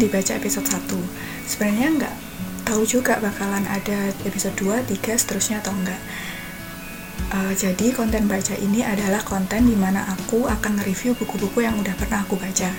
dibaca episode 1. Sebenarnya nggak tahu juga bakalan ada episode 2, 3, seterusnya atau enggak. Jadi konten baca ini adalah konten dimana aku akan nge-review buku-buku yang udah pernah aku baca.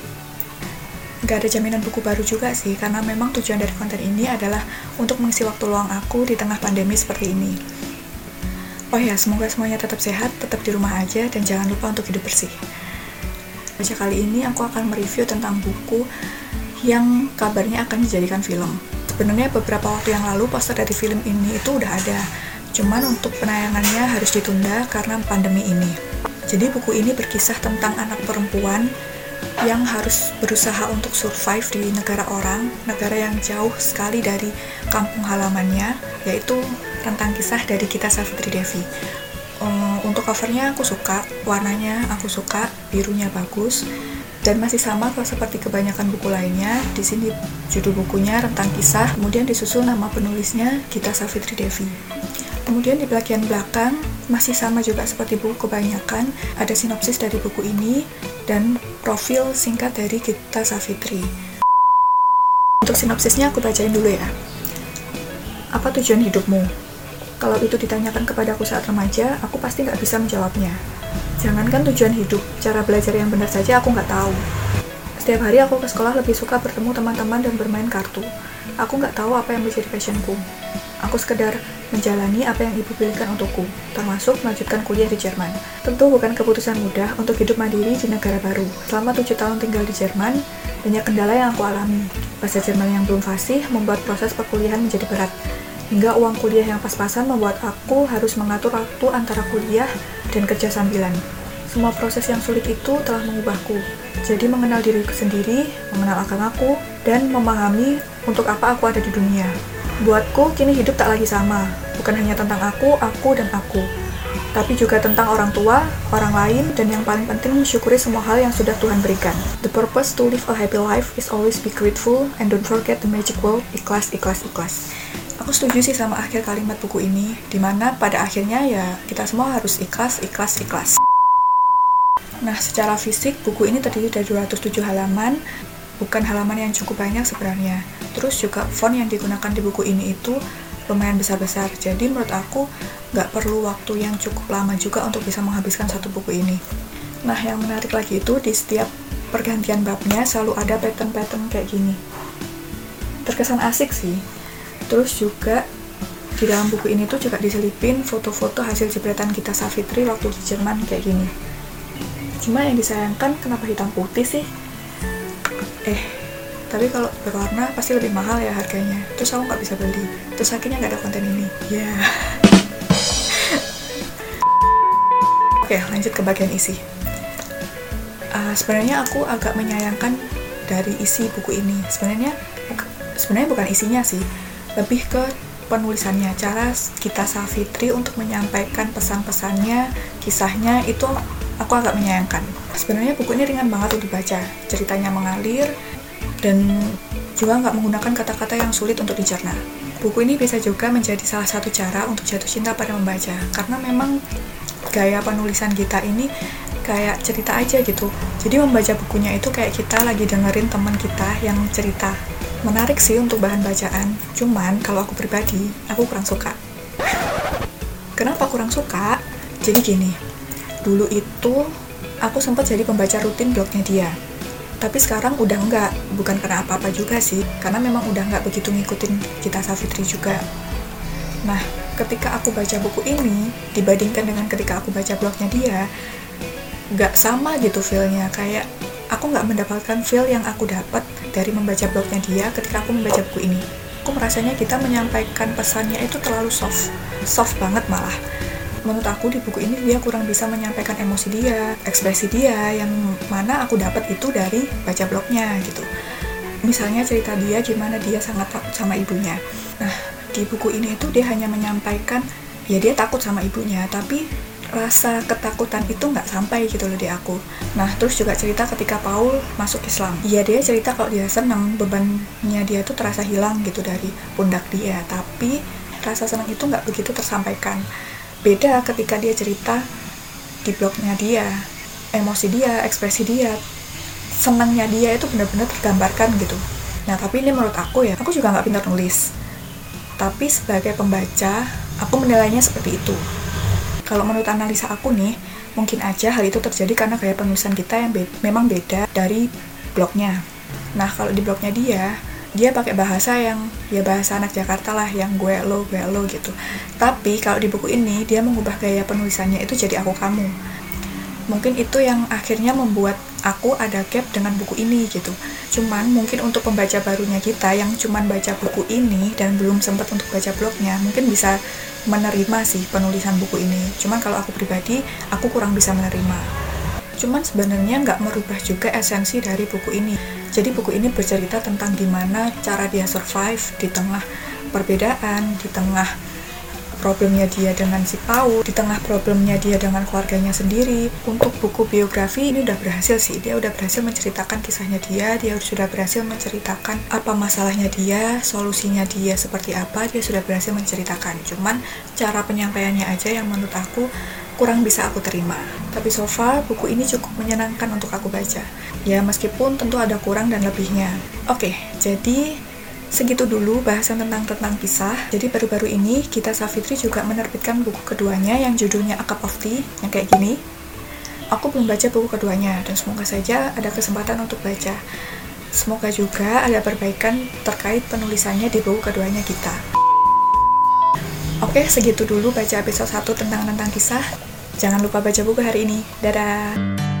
Nggak ada jaminan buku baru juga sih, karena memang tujuan dari konten ini adalah untuk mengisi waktu luang aku di tengah pandemi seperti ini. Oh ya, semoga semuanya tetap sehat, tetap di rumah aja, dan jangan lupa untuk hidup bersih. Baca kali ini aku akan mereview tentang buku yang kabarnya akan dijadikan film. Sebenarnya beberapa waktu yang lalu poster dari film ini itu udah ada, cuman untuk penayangannya harus ditunda karena pandemi ini. Jadi buku ini berkisah tentang anak perempuan yang harus berusaha untuk survive di negara orang, negara yang jauh sekali dari kampung halamannya, yaitu tentang kisah dari Gita Savitri Devi. Untuk covernya aku suka, warnanya aku suka, birunya bagus, dan masih sama seperti kebanyakan buku lainnya. Di sini judul bukunya Rentang Kisah, kemudian disusul nama penulisnya Gita Savitri Devi. Kemudian di bagian belakang masih sama juga seperti buku kebanyakan, ada sinopsis dari buku ini dan profil singkat dari Gita Savitri. Untuk sinopsisnya aku bacain dulu ya. Apa tujuan hidupmu? Kalau itu ditanyakan kepadaku saat remaja, aku pasti nggak bisa menjawabnya. Jangankan tujuan hidup, cara belajar yang benar saja aku nggak tahu. Setiap hari aku ke sekolah lebih suka bertemu teman-teman dan bermain kartu. Aku nggak tahu apa yang menjadi passionku. Aku sekedar menjalani apa yang ibu pilihkan untukku, termasuk melanjutkan kuliah di Jerman. Tentu bukan keputusan mudah untuk hidup mandiri di negara baru. Selama 7 tahun tinggal di Jerman, banyak kendala yang aku alami. Bahasa Jerman yang belum fasih membuat proses perkuliahan menjadi berat. Hingga uang kuliah yang pas-pasan membuat aku harus mengatur waktu antara kuliah dan kerja sambilan. Semua proses yang sulit itu telah mengubahku. Jadi mengenal diriku sendiri, mengenal agamaku, dan memahami untuk apa aku ada di dunia. Buatku, kini hidup tak lagi sama. Bukan hanya tentang aku, dan aku. Tapi juga tentang orang tua, orang lain, dan yang paling penting mensyukuri semua hal yang sudah Tuhan berikan. The purpose to live a happy life is always be grateful and don't forget the magic word, ikhlas, ikhlas, ikhlas. Aku setuju sih sama akhir kalimat buku ini, dimana pada akhirnya ya kita semua harus ikhlas, ikhlas, ikhlas. Nah, secara fisik buku ini terdiri dari 207 halaman, bukan halaman yang cukup banyak sebenarnya. Terus juga font yang digunakan di buku ini itu lumayan besar-besar, jadi menurut aku nggak perlu waktu yang cukup lama juga untuk bisa menghabiskan satu buku ini. Nah, yang menarik lagi itu di setiap pergantian babnya selalu ada pattern-pattern kayak gini. Terkesan asik sih. Terus juga di dalam buku ini tuh juga diselipin foto-foto hasil jepretan Gita Savitri waktu di Jerman kayak gini. Cuma yang disayangkan kenapa hitam putih sih? Tapi kalau berwarna pasti lebih mahal ya harganya. Terus aku nggak bisa beli. Terus akhirnya nggak ada konten ini. Ya. Yeah. Oke, lanjut ke bagian isi. Sebenarnya aku agak menyayangkan dari isi buku ini. Sebenarnya bukan isinya sih, lebih ke penulisannya. Cara Gita Savitri untuk menyampaikan pesan-pesannya, kisahnya itu aku agak menyayangkan. Sebenarnya buku ini ringan banget untuk dibaca. Ceritanya mengalir dan juga nggak menggunakan kata-kata yang sulit untuk dicerna. Buku ini bisa juga menjadi salah satu cara untuk jatuh cinta pada membaca, karena memang gaya penulisan Gita ini kayak cerita aja gitu. Jadi membaca bukunya itu kayak kita lagi dengerin teman kita yang cerita. Menarik sih untuk bahan bacaan, cuman kalau aku pribadi, aku kurang suka. Kenapa kurang suka? Jadi gini, dulu itu aku sempat jadi pembaca rutin blognya dia. Tapi sekarang udah enggak, bukan karena apa-apa juga sih, karena memang udah enggak begitu ngikutin Gita Savitri juga. Nah, ketika aku baca buku ini, dibandingkan dengan ketika aku baca blognya dia, enggak sama gitu feel-nya, kayak aku nggak mendapatkan feel yang aku dapat dari membaca blognya dia ketika aku membaca buku ini. Aku merasanya kita menyampaikan pesannya itu terlalu soft banget malah. Menurut aku di buku ini dia kurang bisa menyampaikan emosi dia, ekspresi dia, yang mana aku dapat itu dari baca blognya gitu. Misalnya cerita dia gimana dia sangat takut sama ibunya. Nah, di buku ini itu dia hanya menyampaikan, ya dia takut sama ibunya, tapi rasa ketakutan itu nggak sampai gitu loh di aku. Nah, terus juga cerita ketika Paul masuk Islam. Iya, dia cerita kalau dia senang, bebannya dia tuh terasa hilang gitu dari pundak dia, tapi rasa senang itu nggak begitu tersampaikan. Beda ketika dia cerita di blognya dia, emosi dia, ekspresi dia, senangnya dia itu benar-benar tergambarkan gitu. Nah, tapi ini menurut aku ya, aku juga nggak pintar nulis. Tapi sebagai pembaca, aku menilainya seperti itu. Kalau menurut analisa aku nih, mungkin aja hal itu terjadi karena gaya penulisan kita yang memang beda dari blognya. Nah, kalau di blognya dia pakai bahasa yang ya bahasa anak Jakarta lah, yang gue lo gitu. Tapi kalau di buku ini dia mengubah gaya penulisannya itu jadi aku kamu. Mungkin itu yang akhirnya membuat aku ada gap dengan buku ini gitu. Cuman mungkin untuk pembaca barunya kita yang cuman baca buku ini dan belum sempat untuk baca blognya, mungkin bisa menerima sih penulisan buku ini. Cuman kalau aku pribadi, aku kurang bisa menerima. Cuman sebenarnya nggak merubah juga esensi dari buku ini. Jadi buku ini bercerita tentang gimana cara dia survive di tengah perbedaan, di tengah problemnya dia dengan si PAUD, di tengah problemnya dia dengan keluarganya sendiri. Untuk buku biografi ini udah berhasil sih, dia udah berhasil menceritakan kisahnya dia sudah berhasil menceritakan apa masalahnya dia, solusinya dia seperti apa, dia sudah berhasil menceritakan. Cuman cara penyampaiannya aja yang menurut aku kurang bisa aku terima. Tapi so far buku ini cukup menyenangkan untuk aku baca. Ya meskipun tentu ada kurang dan lebihnya. Oke, jadi segitu dulu bahasan tentang kisah. Jadi baru-baru ini Gita Savitri juga menerbitkan buku keduanya yang judulnya A Cup of Tea, yang kayak gini. Aku belum baca buku keduanya dan semoga saja ada kesempatan untuk baca. Semoga juga ada perbaikan terkait penulisannya di buku keduanya Gita. Oke, segitu dulu baca episode 1 tentang kisah. Jangan lupa baca buku hari ini. Dadah!